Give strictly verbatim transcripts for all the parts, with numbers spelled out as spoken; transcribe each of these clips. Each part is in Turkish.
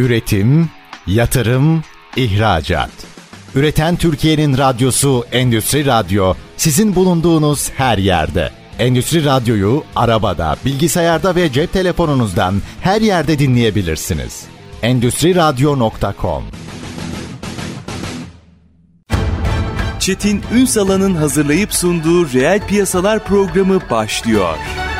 Üretim, yatırım, ihracat. Üreten Türkiye'nin radyosu Endüstri Radyo, sizin bulunduğunuz her yerde. Endüstri Radyo'yu arabada, bilgisayarda ve cep telefonunuzdan her yerde dinleyebilirsiniz. endüstri radyo nokta com. Çetin Ünsal'ın hazırlayıp sunduğu Reel Piyasalar programı başlıyor.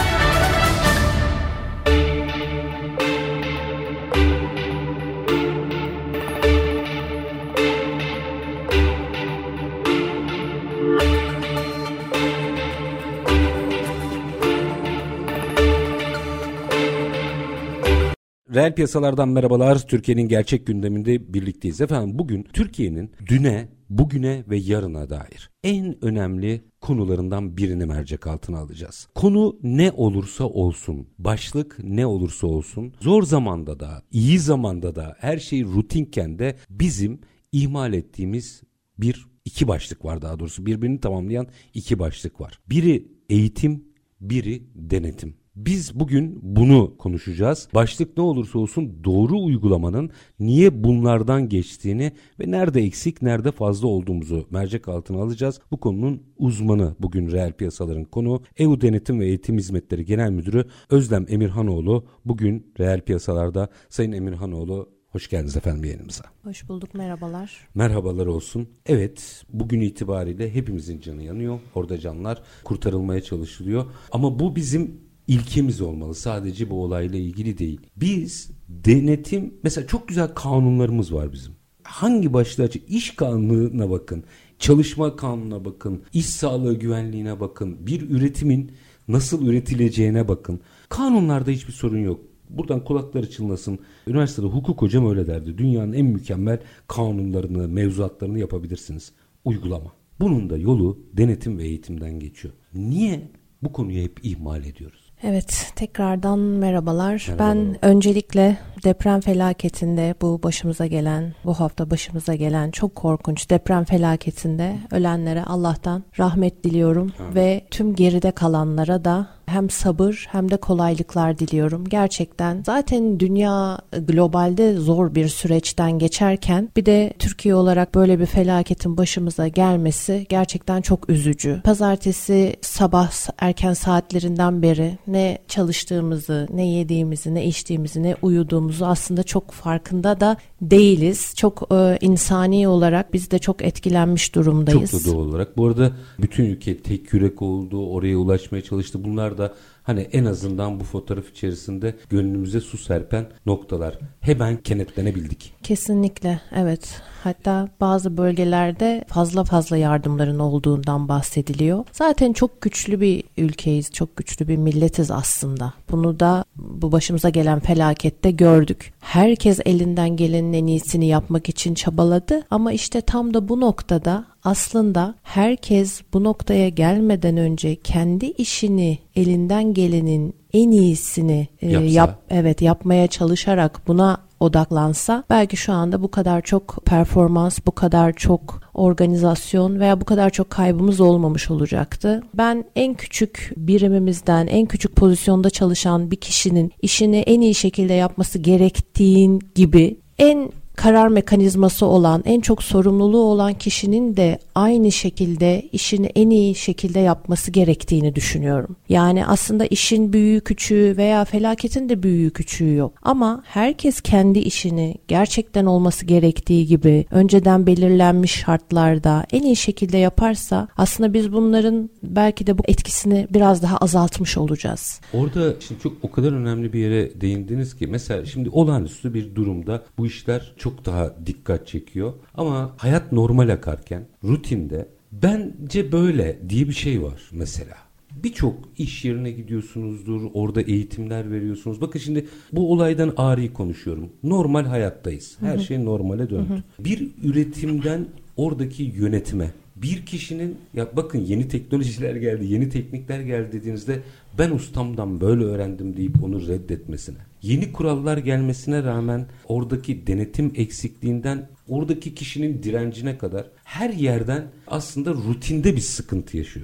Reel piyasalardan merhabalar. Türkiye'nin gerçek gündeminde birlikteyiz. Efendim bugün Türkiye'nin düne, bugüne ve yarına dair en önemli konularından birini mercek altına alacağız. Konu ne olursa olsun, başlık ne olursa olsun, zor zamanda da, iyi zamanda da, her şey rutinken de bizim ihmal ettiğimiz bir iki başlık var, daha doğrusu birbirini tamamlayan iki başlık var. Biri eğitim, biri denetim. Biz bugün bunu konuşacağız. Başlık ne olursa olsun doğru uygulamanın niye bunlardan geçtiğini ve nerede eksik, nerede fazla olduğumuzu mercek altına alacağız. Bu konunun uzmanı bugün reel piyasaların konuğu E U Denetim ve Eğitim Hizmetleri Genel Müdürü Özlem Emirhanoğlu. Bugün reel piyasalarda. Sayın Emirhanoğlu, hoş geldiniz efendim yayınımıza. Hoş bulduk, merhabalar. Merhabalar olsun. Evet, bugün itibariyle hepimizin canı yanıyor. Orada canlar kurtarılmaya çalışılıyor. Ama bu bizim İlkemiz olmalı. Sadece bu olayla ilgili değil. Biz denetim, mesela çok güzel kanunlarımız var bizim. Hangi başlığı açık? İş kanununa bakın, çalışma kanununa bakın, iş sağlığı güvenliğine bakın, bir üretimin nasıl üretileceğine bakın. Kanunlarda hiçbir sorun yok. Buradan kulakları çınlasın. Üniversitede hukuk hocam öyle derdi. Dünyanın en mükemmel kanunlarını, mevzuatlarını yapabilirsiniz. Uygulama. Bunun da yolu denetim ve eğitimden geçiyor. Niye bu konuyu hep ihmal ediyoruz? Evet, tekrardan merhabalar. Merhabalar. Ben öncelikle deprem felaketinde, bu başımıza gelen, bu hafta başımıza gelen çok korkunç deprem felaketinde ölenlere Allah'tan rahmet diliyorum. Ha. Ve tüm geride kalanlara da hem sabır hem de kolaylıklar diliyorum. Gerçekten zaten dünya globalde zor bir süreçten geçerken bir de Türkiye olarak böyle bir felaketin başımıza gelmesi gerçekten çok üzücü. Pazartesi sabah erken saatlerinden beri ne çalıştığımızı, ne yediğimizi, ne içtiğimizi, ne uyuduğumuzu aslında çok farkında da değiliz. Çok e, insani olarak biz de çok etkilenmiş durumdayız. Çok da doğal olarak. Bu arada bütün ülke tek yürek oldu, oraya ulaşmaya çalıştı. Bunlar da hani en azından bu fotoğraf içerisinde gönlümüze su serpen noktalar. Hemen kenetlenebildik. Kesinlikle, evet. Hatta bazı bölgelerde fazla fazla yardımların olduğundan bahsediliyor. Zaten çok güçlü bir ülkeyiz, çok güçlü bir milletiz aslında. Bunu da bu başımıza gelen felakette gördük. Herkes elinden gelenin en iyisini yapmak için çabaladı ama işte tam da bu noktada aslında herkes bu noktaya gelmeden önce kendi işini elinden gelenin en iyisini e, yap evet yapmaya çalışarak buna odaklansa belki şu anda bu kadar çok performans, bu kadar çok organizasyon veya bu kadar çok kaybımız olmamış olacaktı. Ben en küçük birimimizden, en küçük pozisyonda çalışan bir kişinin işini en iyi şekilde yapması gerektiğin gibi en karar mekanizması olan, en çok sorumluluğu olan kişinin de aynı şekilde işini en iyi şekilde yapması gerektiğini düşünüyorum. Yani aslında işin büyüğü küçüğü veya felaketin de büyüğü küçüğü yok. Ama herkes kendi işini gerçekten olması gerektiği gibi önceden belirlenmiş şartlarda en iyi şekilde yaparsa aslında biz bunların belki de bu etkisini biraz daha azaltmış olacağız. Orada şimdi çok o kadar önemli bir yere değindiniz ki mesela şimdi olağanüstü bir durumda bu işler çok daha dikkat çekiyor. Ama hayat normal akarken, rutinde bence böyle diye bir şey var mesela. Birçok iş yerine gidiyorsunuzdur, orada eğitimler veriyorsunuz. Bakın şimdi bu olaydan ari konuşuyorum. Normal hayattayız. Her hı hı. şey normale döndü. Hı hı. Bir üretimden oradaki yönetime, bir kişinin ya bakın yeni teknolojiler geldi, yeni teknikler geldi dediğinizde ben ustamdan böyle öğrendim deyip onu reddetmesine. Yeni kurallar gelmesine rağmen oradaki denetim eksikliğinden oradaki kişinin direncine kadar her yerden aslında rutinde bir sıkıntı yaşıyoruz.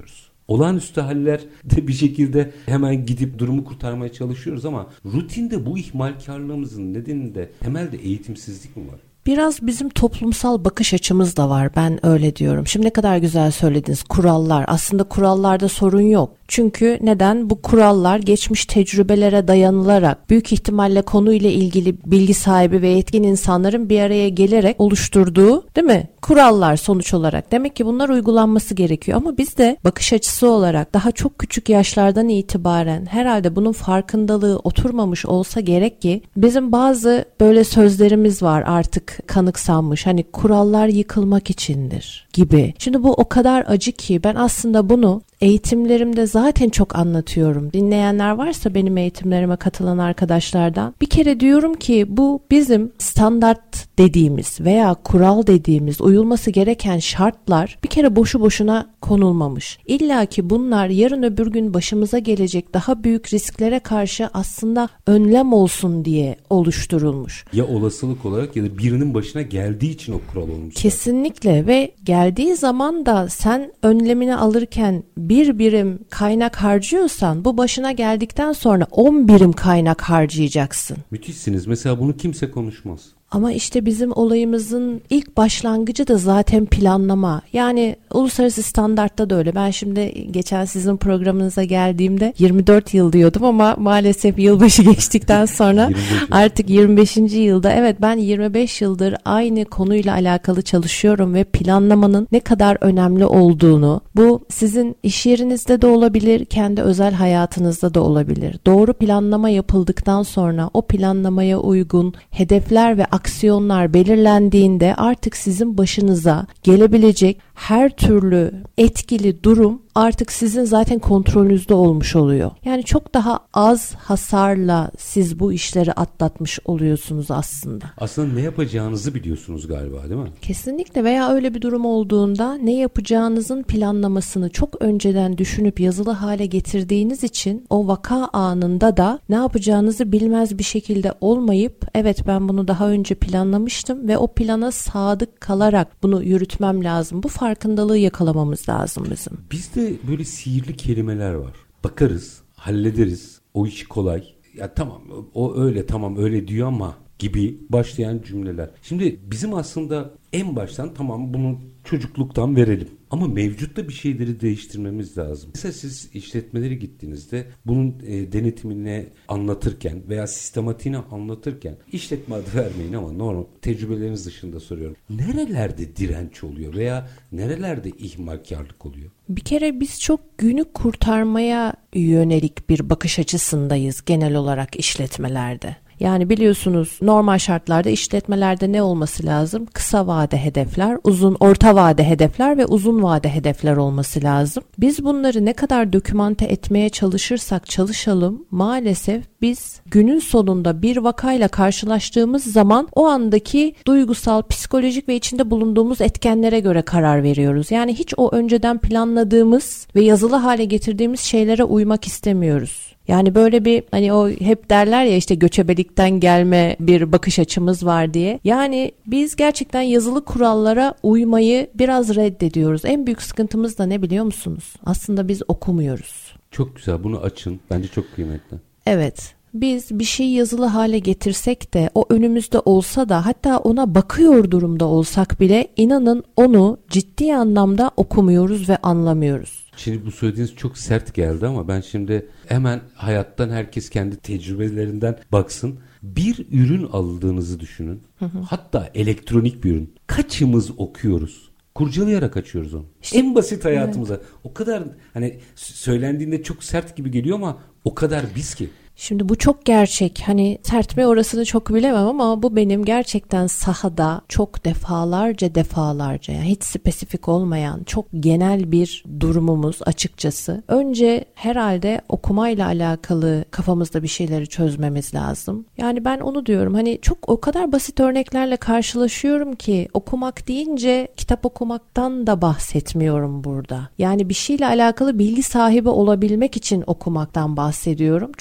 Olağanüstü haller de bir şekilde hemen gidip durumu kurtarmaya çalışıyoruz ama rutinde bu ihmalkarlığımızın nedeninde temelde eğitimsizlik mi var? Biraz bizim toplumsal bakış açımız da var, ben öyle diyorum. Şimdi ne kadar güzel söylediniz, kurallar. Aslında kurallarda sorun yok. Çünkü neden? Bu kurallar geçmiş tecrübelere dayanılarak büyük ihtimalle konuyla ilgili bilgi sahibi ve yetkin insanların bir araya gelerek oluşturduğu, değil mi? Kurallar sonuç olarak. Demek ki bunlar uygulanması gerekiyor. Ama biz de bakış açısı olarak daha çok küçük yaşlardan itibaren herhalde bunun farkındalığı oturmamış olsa gerek ki bizim bazı böyle sözlerimiz var artık kanıksanmış. Hani kurallar yıkılmak içindir gibi. Şimdi bu o kadar acı ki ben aslında bunu eğitimlerimde zaten çok anlatıyorum. Dinleyenler varsa benim eğitimlerime katılan arkadaşlardan bir kere diyorum ki bu bizim standart dediğimiz veya kural dediğimiz uyulması gereken şartlar bir kere boşu boşuna konulmamış. İlla ki bunlar yarın öbür gün başımıza gelecek daha büyük risklere karşı aslında önlem olsun diye oluşturulmuş. Ya olasılık olarak ya da birinin başına geldiği için o kural olmuş. Kesinlikle ve geldiği zaman da sen önlemini alırken bir birim kaynak harcıyorsan bu başına geldikten sonra on birim kaynak harcayacaksın. Müthişsiniz. Mesela bunu kimse konuşmaz. Ama işte bizim olayımızın ilk başlangıcı da zaten planlama. Yani uluslararası standartta da öyle. Ben şimdi geçen sizin programınıza geldiğimde yirmi dört yıl diyordum ama maalesef yılbaşı geçtikten sonra artık yirmi beşinci yılda. Evet, ben yirmi beş yıldır aynı konuyla alakalı çalışıyorum ve planlamanın ne kadar önemli olduğunu, bu sizin iş yerinizde de olabilir, kendi özel hayatınızda da olabilir. Doğru planlama yapıldıktan sonra o planlamaya uygun hedefler ve aksiyonlar belirlendiğinde artık sizin başınıza gelebilecek her türlü etkili durum artık sizin zaten kontrolünüzde olmuş oluyor. Yani çok daha az hasarla siz bu işleri atlatmış oluyorsunuz aslında. Aslında ne yapacağınızı biliyorsunuz galiba, değil mi? Kesinlikle. Veya öyle bir durum olduğunda ne yapacağınızın planlamasını çok önceden düşünüp yazılı hale getirdiğiniz için o vaka anında da ne yapacağınızı bilmez bir şekilde olmayıp evet ben bunu daha önce planlamıştım ve o plana sadık kalarak bunu yürütmem lazım. Bu farkındalığı yakalamamız lazım bizim. Bizde böyle sihirli kelimeler var. Bakarız, hallederiz, o iş kolay. Ya tamam o öyle tamam öyle diyor ama gibi başlayan cümleler. Şimdi bizim aslında en baştan tamam bunu çocukluktan verelim. Ama mevcutta bir şeyleri değiştirmemiz lazım. Mesela siz işletmelere gittiğinizde bunun e, denetimini anlatırken veya sistematiğini anlatırken işletme adı vermeyin ama normal tecrübeleriniz dışında soruyorum. Nerelerde direnç oluyor veya nerelerde ihmalkarlık oluyor? Bir kere biz çok günü kurtarmaya yönelik bir bakış açısındayız genel olarak işletmelerde. Yani biliyorsunuz normal şartlarda işletmelerde ne olması lazım? Kısa vade hedefler, uzun, orta vade hedefler ve uzun vade hedefler olması lazım. Biz bunları ne kadar dokümante etmeye çalışırsak çalışalım maalesef biz günün sonunda bir vakayla karşılaştığımız zaman o andaki duygusal, psikolojik ve içinde bulunduğumuz etkenlere göre karar veriyoruz. Yani hiç o önceden planladığımız ve yazılı hale getirdiğimiz şeylere uymak istemiyoruz. Yani böyle bir hani o hep derler ya işte göçebelikten gelme bir bakış açımız var diye. Yani biz gerçekten yazılı kurallara uymayı biraz reddediyoruz. En büyük sıkıntımız da ne biliyor musunuz? Aslında biz okumuyoruz. Çok güzel, bunu açın. Bence çok kıymetli. Evet. Biz bir şeyi yazılı hale getirsek de o önümüzde olsa da hatta ona bakıyor durumda olsak bile inanın onu ciddi anlamda okumuyoruz ve anlamıyoruz. Şimdi bu söylediğiniz çok sert geldi ama ben şimdi hemen hayattan herkes kendi tecrübelerinden baksın. Bir ürün aldığınızı düşünün. Hı hı. Hatta elektronik bir ürün. Kaçımız okuyoruz? Kurcalayarak açıyoruz onu. İşte, en basit hayatımıza. Evet. O kadar hani söylendiğinde çok sert gibi geliyor ama o kadar biz ki. Şimdi bu çok gerçek. Hani sert mi orasını çok bilemem ama bu benim gerçekten sahada çok defalarca defalarca yani hiç spesifik olmayan çok genel bir durumumuz açıkçası. Önce herhalde okumayla alakalı kafamızda bir şeyleri çözmemiz lazım. Yani ben onu diyorum hani çok o kadar basit örneklerle karşılaşıyorum ki okumak deyince kitap okumaktan da bahsetmiyorum burada. Yani bir şeyle alakalı bilgi sahibi olabilmek için okumaktan bahsediyorum. Çok basit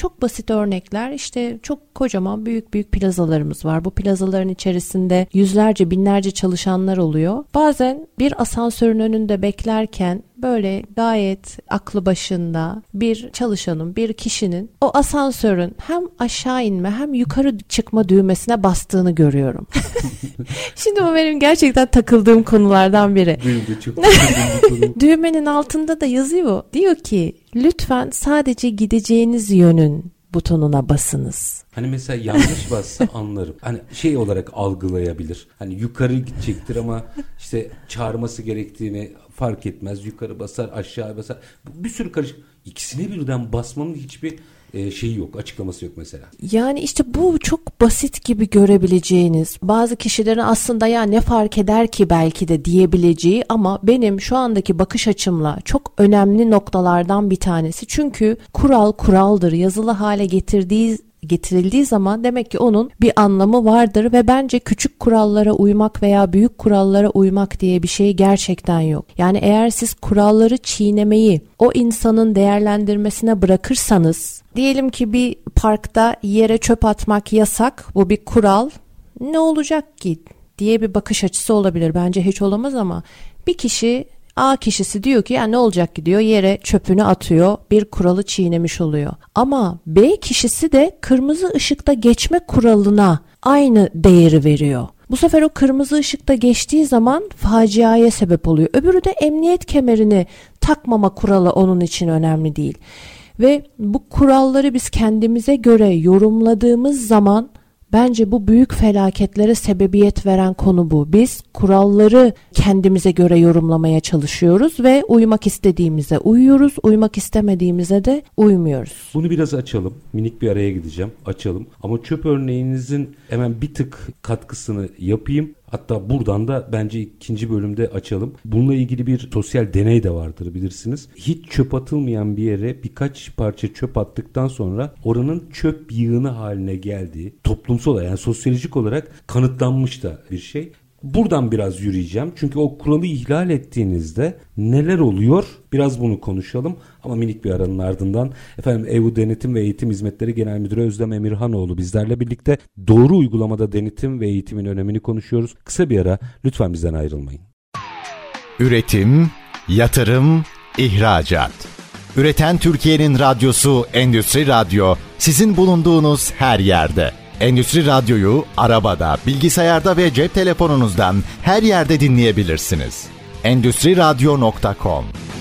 basit örnekler. İşte çok kocaman büyük büyük plazalarımız var. Bu plazaların içerisinde yüzlerce binlerce çalışanlar oluyor. Bazen bir asansörün önünde beklerken böyle gayet aklı başında bir çalışanın, bir kişinin o asansörün hem aşağı inme hem yukarı çıkma düğmesine bastığını görüyorum. Şimdi bu benim gerçekten takıldığım konulardan biri. Düğmenin altında da yazıyor. Diyor ki lütfen sadece gideceğiniz yönün butonuna basınız. Hani mesela yanlış bassa anlarım. Hani şey olarak algılayabilir. Hani yukarı gidecektir ama işte çağırması gerektiğini fark etmez. Yukarı basar, aşağı basar. Bir sürü karışık. İkisine birden basmanın hiçbir e, şeyi yok, açıklaması yok mesela. Yani işte bu çok basit gibi görebileceğiniz, bazı kişilerin aslında ya ne fark eder ki belki de diyebileceği ama benim şu andaki bakış açımla çok önemli noktalardan bir tanesi. Çünkü kural kuraldır. Yazılı hale getirdiği getirildiği zaman demek ki onun bir anlamı vardır ve bence küçük kurallara uymak veya büyük kurallara uymak diye bir şey gerçekten yok. Yani eğer siz kuralları çiğnemeyi o insanın değerlendirmesine bırakırsanız, diyelim ki bir parkta yere çöp atmak yasak, bu bir kural, ne olacak ki diye bir bakış açısı olabilir. Bence hiç olamaz ama bir kişi, A kişisi diyor ki ya ne olacak ki diyor, yere çöpünü atıyor, bir kuralı çiğnemiş oluyor. Ama B kişisi de kırmızı ışıkta geçme kuralına aynı değeri veriyor. Bu sefer o kırmızı ışıkta geçtiği zaman faciaya sebep oluyor. Öbürü de emniyet kemerini takmama kuralı onun için önemli değil. Ve bu kuralları biz kendimize göre yorumladığımız zaman bence bu büyük felaketlere sebebiyet veren konu bu. Biz kuralları kendimize göre yorumlamaya çalışıyoruz ve uymak istediğimize uyuyoruz, uymak istemediğimize de uymuyoruz. Bunu biraz açalım. Minik bir araya gideceğim. Açalım. Ama çöp örneğinizin hemen bir tık katkısını yapayım. Hatta buradan da bence ikinci bölümde açalım. Bununla ilgili bir sosyal deney de vardır bilirsiniz. Hiç çöp atılmayan bir yere birkaç parça çöp attıktan sonra oranın çöp yığını haline geldiği toplumsal, yani sosyolojik olarak kanıtlanmış da bir şey. Buradan biraz yürüyeceğim. Çünkü o kuralı ihlal ettiğinizde neler oluyor? Biraz bunu konuşalım. Ama minik bir aranın ardından efendim E U Denetim ve Eğitim Hizmetleri Genel Müdürü Özlem Emirhanoğlu bizlerle birlikte doğru uygulamada denetim ve eğitimin önemini konuşuyoruz. Kısa bir ara, lütfen bizden ayrılmayın. Üretim, yatırım, ihracat. Üreten Türkiye'nin radyosu Endüstri Radyo, sizin bulunduğunuz her yerde. Endüstri Radyo'yu arabada, bilgisayarda ve cep telefonunuzdan her yerde dinleyebilirsiniz. endüstri radyo nokta com.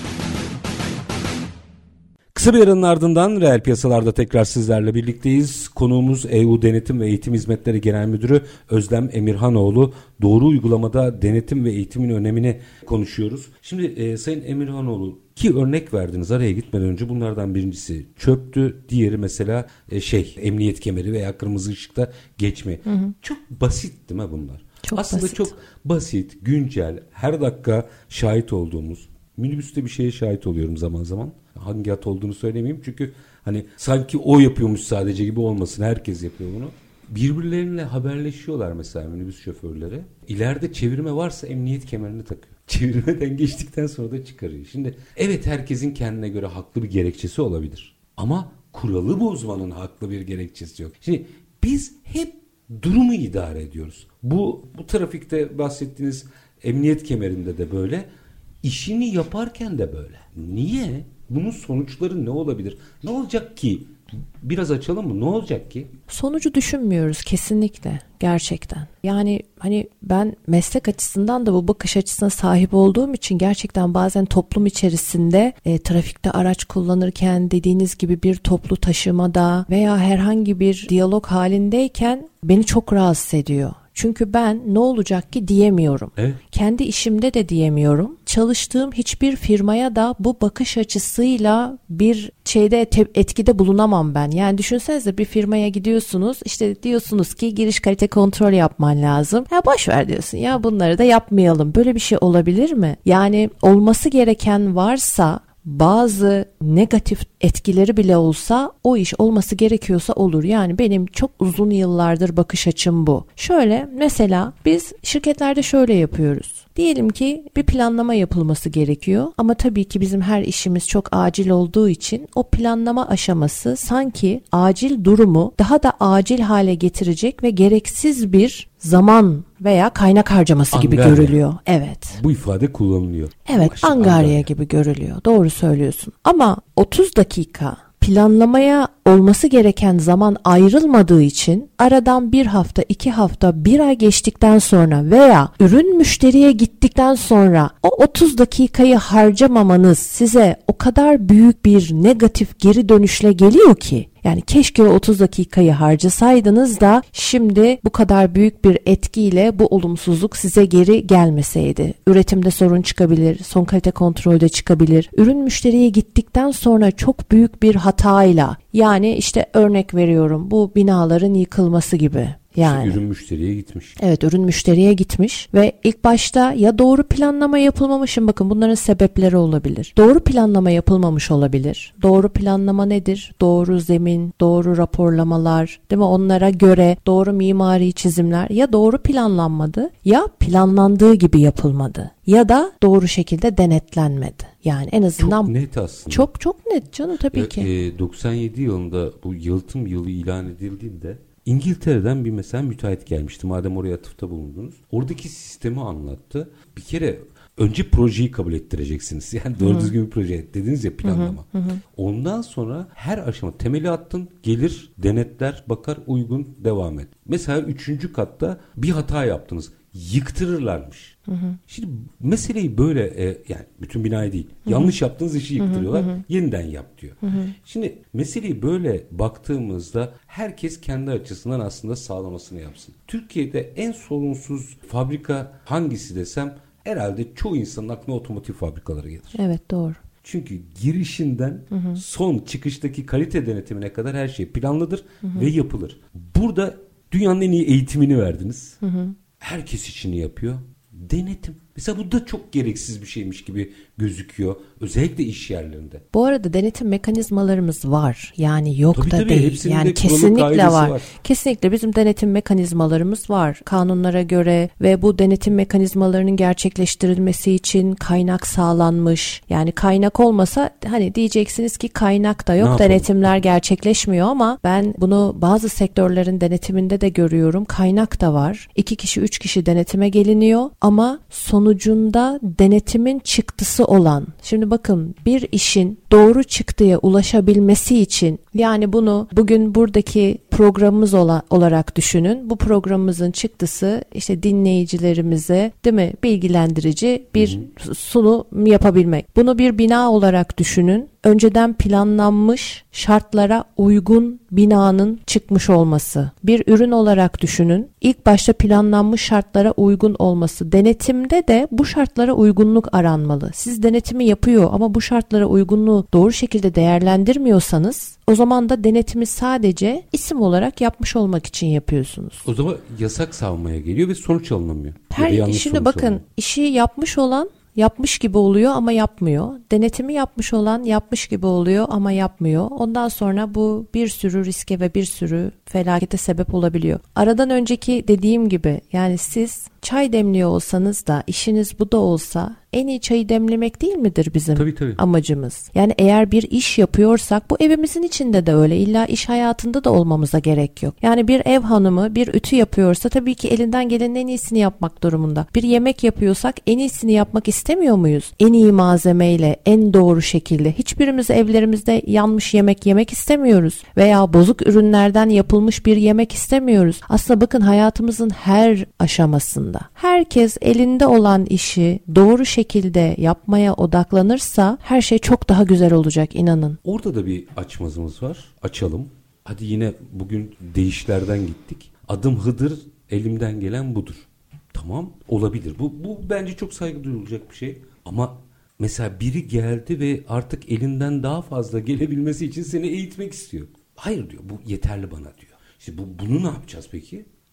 Kısa bir aranın ardından reel piyasalarda tekrar sizlerle birlikteyiz. Konuğumuz E U Denetim ve Eğitim Hizmetleri Genel Müdürü Özlem Emirhanoğlu. Doğru uygulamada denetim ve eğitimin önemini konuşuyoruz. Şimdi e, Sayın Emirhanoğlu, ki örnek verdiniz araya gitmeden önce. Bunlardan birincisi çöptü, diğeri mesela e, şey emniyet kemeri veya kırmızı ışıkta geçme. Hı hı. Çok basit değil mi bunlar? Çok Aslında basit. çok basit, güncel, her dakika şahit olduğumuz. Minibüste bir şeye şahit oluyorum zaman zaman. Hangi hat olduğunu söylemeyeyim çünkü hani sanki o yapıyormuş sadece gibi olmasın. Herkes yapıyor bunu. Birbirleriyle haberleşiyorlar mesela minibüs şoförleri. İleride çevirme varsa emniyet kemerini takıyor. Çevirmeden geçtikten sonra da çıkarıyor. Şimdi evet, herkesin kendine göre haklı bir gerekçesi olabilir. Ama kuralı bozmanın haklı bir gerekçesi yok. Şimdi biz hep durumu idare ediyoruz. Bu bu trafikte bahsettiğiniz emniyet kemerinde de böyle. İşini yaparken de böyle. Niye? Bunun sonuçları ne olabilir? Ne olacak ki? Biraz açalım mı? Ne olacak ki? Sonucu düşünmüyoruz kesinlikle, gerçekten. Yani hani ben meslek açısından da bu bakış açısına sahip olduğum için gerçekten bazen toplum içerisinde e, trafikte araç kullanırken, dediğiniz gibi bir toplu taşımada veya herhangi bir diyalog halindeyken beni çok rahatsız ediyor. Çünkü ben ne olacak ki diyemiyorum. Evet. Kendi işimde de diyemiyorum. Çalıştığım hiçbir firmaya da bu bakış açısıyla bir şeyde etkide bulunamam ben. Yani düşünsenize, bir firmaya gidiyorsunuz, işte diyorsunuz ki giriş kalite kontrol yapman lazım. Ya boş ver diyorsun, ya bunları da yapmayalım. Böyle bir şey olabilir mi? Yani olması gereken varsa bazı negatif etkileri bile olsa o iş olması gerekiyorsa olur. Yani benim çok uzun yıllardır bakış açım bu. Şöyle mesela biz şirketlerde şöyle yapıyoruz. Diyelim ki bir planlama yapılması gerekiyor ama tabii ki bizim her işimiz çok acil olduğu için o planlama aşaması sanki acil durumu daha da acil hale getirecek ve gereksiz bir zaman veya kaynak harcaması gibi Angarya. görülüyor. Evet. Bu ifade kullanılıyor. Evet, Başka angarya, angarya gibi görülüyor. Doğru söylüyorsun. Ama otuz dakika planlamaya olması gereken zaman ayrılmadığı için aradan bir hafta, iki hafta, bir ay geçtikten sonra veya ürün müşteriye gittikten sonra o otuz dakikayı harcamamanız size o kadar büyük bir negatif geri dönüşle geliyor ki. Yani keşke o otuz dakikayı harcasaydınız da şimdi bu kadar büyük bir etkiyle bu olumsuzluk size geri gelmeseydi. Üretimde sorun çıkabilir, son kalite kontrolde çıkabilir. Ürün müşteriye gittikten sonra çok büyük bir hatayla, yani işte örnek veriyorum, bu binaların yıkılması gibi. Yani ürün müşteriye gitmiş. Evet, ürün müşteriye gitmiş ve ilk başta ya doğru planlama yapılmamış, bakın bunların sebepleri olabilir. Doğru planlama yapılmamış olabilir. Doğru planlama nedir? Doğru zemin, doğru raporlamalar, değil mi? Onlara göre doğru mimari çizimler, ya doğru planlanmadı ya planlandığı gibi yapılmadı ya da doğru şekilde denetlenmedi. Yani en azından çok net aslında. Çok çok net canım, tabii ya, ki. E, doksan yedi yılında bu yalıtım yılı ilan edildiğinde İngiltere'den bir mesela müteahhit gelmişti. Madem oraya atıfta bulundunuz. Oradaki sistemi anlattı. Bir kere önce projeyi kabul ettireceksiniz. Yani doğru Hı-hı. düzgün bir proje dediniz ya, planlama. Hı-hı. Hı-hı. Ondan sonra her aşama temeli attın, gelir, denetler, bakar, uygun, devam et. Mesela üçüncü katta bir hata yaptınız. Yıktırırlarmış. Hı hı. Şimdi meseleyi böyle e, yani bütün binayı değil. Hı hı. Yanlış yaptığınız işi yıktırıyorlar. Hı hı. Yeniden yap diyor. Hı hı. Şimdi meseleyi böyle baktığımızda herkes kendi açısından aslında sağlamasını yapsın. Türkiye'de en sorunsuz fabrika hangisi desem herhalde çoğu insanın aklına otomotiv fabrikaları gelir. Evet, doğru. Çünkü girişinden hı hı. son çıkıştaki kalite denetimine kadar her şey planlıdır hı hı. ve yapılır. Burada dünyanın en iyi eğitimini verdiniz. Hı hı. Herkes işini yapıyor. Denetim. Mesela bu da çok gereksiz bir şeymiş gibi gözüküyor. Özellikle iş yerlerinde. Bu arada denetim mekanizmalarımız var. Yani yok tabii, da tabii, değil. Yani de kesinlikle var. var. Kesinlikle bizim denetim mekanizmalarımız var. Kanunlara göre ve bu denetim mekanizmalarının gerçekleştirilmesi için kaynak sağlanmış. Yani kaynak olmasa hani diyeceksiniz ki kaynak da yok, denetimler gerçekleşmiyor, ama ben bunu bazı sektörlerin denetiminde de görüyorum. Kaynak da var. İki kişi, üç kişi denetime geliniyor ama sonucunda denetimin çıktısı olan, şimdi bakın, bir işin doğru çıktıya ulaşabilmesi için, yani bunu bugün buradaki programımız ola, olarak düşünün. Bu programımızın çıktısı işte dinleyicilerimize, değil mi, bilgilendirici bir Hı-hı. sunum yapabilmek. Bunu bir bina olarak düşünün. Önceden planlanmış, şartlara uygun binanın çıkmış olması. Bir ürün olarak düşünün. İlk başta planlanmış şartlara uygun olması. Denetimde de bu şartlara uygunluk aranmalı. Siz denetimi yapıyor ama bu şartlara uygunluğu doğru şekilde değerlendirmiyorsanız, o zaman da denetimi sadece isim olarak yapmış olmak için yapıyorsunuz. O zaman yasak savunmaya geliyor ve sonuç alınamıyor. Her şimdi bakın alınıyor. İşi yapmış olan yapmış gibi oluyor ama yapmıyor. Denetimi yapmış olan yapmış gibi oluyor ama yapmıyor. Ondan sonra bu bir sürü riske ve bir sürü felakete sebep olabiliyor. Aradan önceki dediğim gibi, yani siz çay demliyor olsanız da işiniz bu da olsa en iyi çayı demlemek değil midir bizim tabii, tabii. amacımız? Yani eğer bir iş yapıyorsak bu evimizin içinde de öyle. İlla iş hayatında da olmamıza gerek yok. Yani bir ev hanımı bir ütü yapıyorsa tabii ki elinden gelenin en iyisini yapmak durumunda. Bir yemek yapıyorsak en iyisini yapmak istemiyor muyuz? En iyi malzemeyle, en doğru şekilde. Hiçbirimiz evlerimizde yanmış yemek yemek istemiyoruz. Veya bozuk ürünlerden yapılmış bir yemek istemiyoruz. Aslında bakın, hayatımızın her aşamasında herkes elinde olan işi doğru şekilde yapmaya odaklanırsa her şey çok daha güzel olacak, inanın. Orada da bir açmazımız var. Açalım. Hadi yine bugün değişlerden gittik. Adım Hıdır, elimden gelen budur. Tamam, olabilir. Bu, bu bence çok saygı duyulacak bir şey. Ama mesela biri geldi ve artık elinden daha fazla gelebilmesi için seni eğitmek istiyor. Hayır diyor, bu yeterli bana diyor. İşte bu, bunu ne yapacağız peki?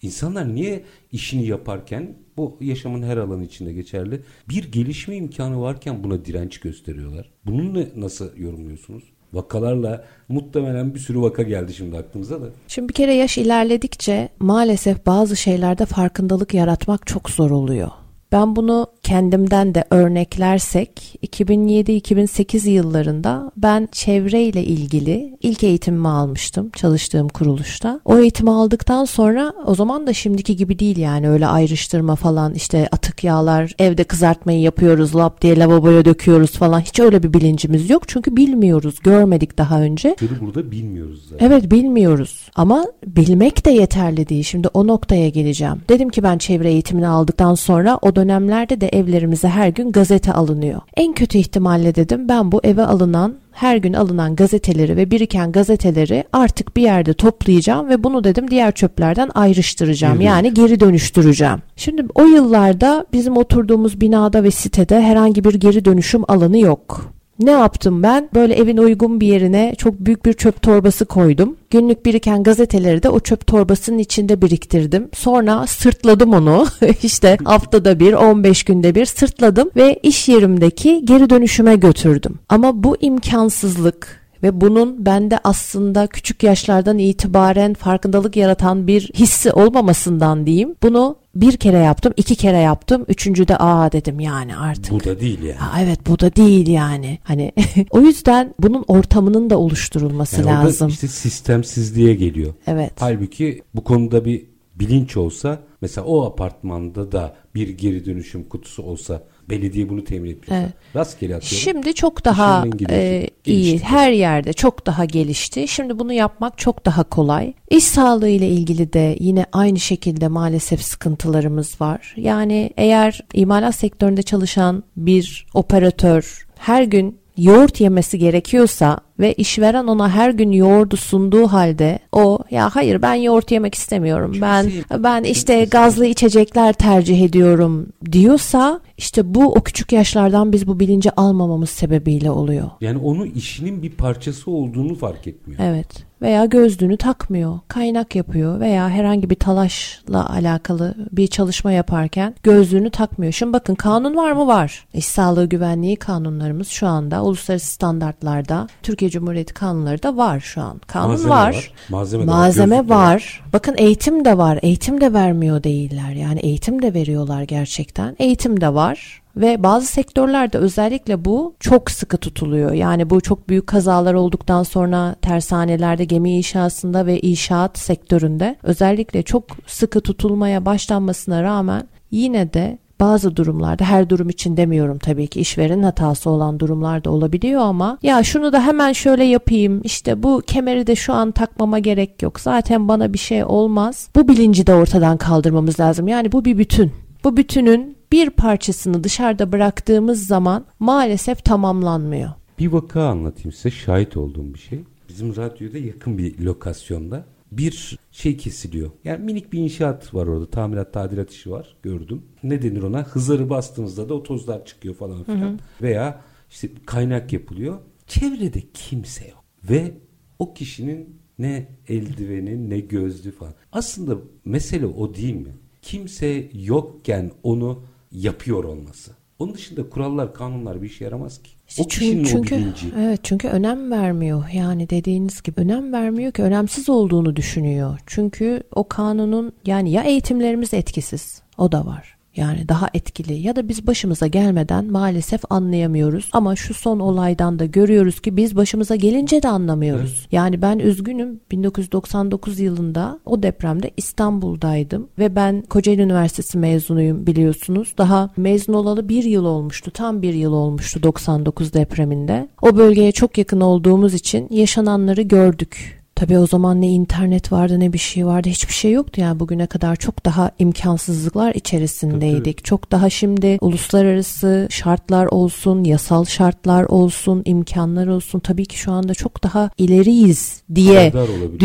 İnsanlar niye işini yaparken, bu yaşamın her alanı içinde geçerli, bir gelişme imkanı varken buna direnç gösteriyorlar? Bunu ne, nasıl yorumluyorsunuz? Vakalarla muhtemelen bir sürü vaka geldi şimdi aklımıza da. Şimdi bir kere yaş ilerledikçe maalesef bazı şeylerde farkındalık yaratmak çok zor oluyor. Ben bunu kendimden de örneklersek iki bin yedi iki bin sekiz yıllarında ben çevreyle ilgili ilk eğitimimi almıştım çalıştığım kuruluşta. O eğitimi aldıktan sonra o zaman da şimdiki gibi değil yani öyle ayrıştırma falan işte atık yağlar evde kızartmayı yapıyoruz lap diye lavaboya döküyoruz falan hiç öyle bir bilincimiz yok. Çünkü bilmiyoruz, görmedik daha önce. Çünkü burada bilmiyoruz zaten. Evet bilmiyoruz ama bilmek de yeterli değil. Şimdi o noktaya geleceğim. Dedim ki ben çevre eğitimini aldıktan sonra o dönemlerde de evlerimize her gün gazete alınıyor. En kötü ihtimalle dedim ben bu eve alınan, her gün alınan gazeteleri ve biriken gazeteleri artık bir yerde toplayacağım ve bunu dedim diğer çöplerden ayrıştıracağım. Evet. Yani geri dönüştüreceğim. Şimdi o yıllarda bizim oturduğumuz binada ve sitede herhangi bir geri dönüşüm alanı yok. Ne yaptım ben? Böyle evin uygun bir yerine çok büyük bir çöp torbası koydum. Günlük biriken gazeteleri de o çöp torbasının içinde biriktirdim. Sonra sırtladım onu. İşte haftada bir, on beş günde bir sırtladım ve iş yerimdeki geri dönüşüme götürdüm. Ama bu imkansızlık ve bunun bende aslında küçük yaşlardan itibaren farkındalık yaratan bir hissi olmamasından diyeyim. Bunu bir kere yaptım, iki kere yaptım. Üçüncüde aa dedim yani artık. Bu da değil yani. Aa, evet bu da değil yani. Hani o yüzden bunun ortamının da oluşturulması yani lazım. İşte sistemsizliğe geliyor. Evet. Halbuki bu konuda bir bilinç olsa, mesela o apartmanda da bir geri dönüşüm kutusu olsa, belediye bunu temin etmiyor. Evet. Rastgele atıyorum. Şimdi çok daha e, iyi. Her yerde çok daha gelişti. Şimdi bunu yapmak çok daha kolay. İş sağlığı ile ilgili de yine aynı şekilde maalesef sıkıntılarımız var. Yani eğer imalat sektöründe çalışan bir operatör her gün yoğurt yemesi gerekiyorsa ve işveren ona her gün yoğurdu sunduğu halde o ya hayır ben yoğurt yemek istemiyorum. Çünkü ben ben işte gazlı içecekler tercih ediyorum diyorsa işte bu o küçük yaşlardan biz bu bilinci almamamız sebebiyle oluyor. Yani onu işinin bir parçası olduğunu fark etmiyor. Evet. Veya gözlüğünü takmıyor, kaynak yapıyor veya herhangi bir talaşla alakalı bir çalışma yaparken gözlüğünü takmıyor. Şimdi bakın kanun var mı? Var. İş sağlığı güvenliği kanunlarımız şu anda uluslararası standartlarda, Türkiye Cumhuriyeti kanunları da var şu an. Kanun Malzeme var. var. Malzeme, Malzeme var. var. var. Bakın eğitim de var. Eğitim de vermiyor değiller. Yani eğitim de veriyorlar gerçekten. Eğitim de var. Ve bazı sektörlerde özellikle bu çok sıkı tutuluyor. Yani bu çok büyük kazalar olduktan sonra tersanelerde, gemi inşasında ve inşaat sektöründe özellikle çok sıkı tutulmaya başlanmasına rağmen yine de bazı durumlarda, her durum için demiyorum tabii ki, işverenin hatası olan durumlar da olabiliyor ama ya şunu da hemen şöyle yapayım, işte bu kemeri de şu an takmama gerek yok, zaten bana bir şey olmaz. Bu bilinci de ortadan kaldırmamız lazım. Yani bu bir bütün. Bu bütünün bir parçasını dışarıda bıraktığımız zaman maalesef tamamlanmıyor. Bir vaka anlatayım size, şahit olduğum bir şey. Bizim radyoda yakın bir lokasyonda bir şey kesiliyor. Yani minik bir inşaat var orada. Tamirat, tadilat işi var. Gördüm. Ne denir ona? Hızarı bastığınızda da o tozlar çıkıyor falan filan. Hı hı. Veya işte kaynak yapılıyor. Çevrede kimse yok. Ve o kişinin ne eldiveni ne gözlüğü falan. Aslında mesele o değil mi? Kimse yokken onu yapıyor olması. Onun dışında kurallar, kanunlar bir işe yaramaz ki. İşte o kişinin çünkü, o bilinci. Evet, çünkü önem vermiyor. Yani dediğiniz gibi önem vermiyor ki, önemsiz olduğunu düşünüyor. Çünkü o kanunun, yani ya eğitimlerimiz etkisiz, o da var. Yani daha etkili ya da biz başımıza gelmeden maalesef anlayamıyoruz. Ama şu son olaydan da görüyoruz ki biz başımıza gelince de anlamıyoruz. Evet. Yani ben üzgünüm, bin dokuz yüz doksan dokuz yılında o depremde İstanbul'daydım ve ben Kocaeli Üniversitesi mezunuyum biliyorsunuz. Daha mezun olalı bir yıl olmuştu, tam bir yıl olmuştu doksan dokuz depreminde. O bölgeye çok yakın olduğumuz için yaşananları gördük. Tabii o zaman ne internet vardı ne bir şey vardı, hiçbir şey yoktu. Yani bugüne kadar çok daha imkansızlıklar içerisindeydik. Tabii. Çok daha şimdi uluslararası şartlar olsun, yasal şartlar olsun, imkanlar olsun. Tabii ki şu anda çok daha ileriyiz diye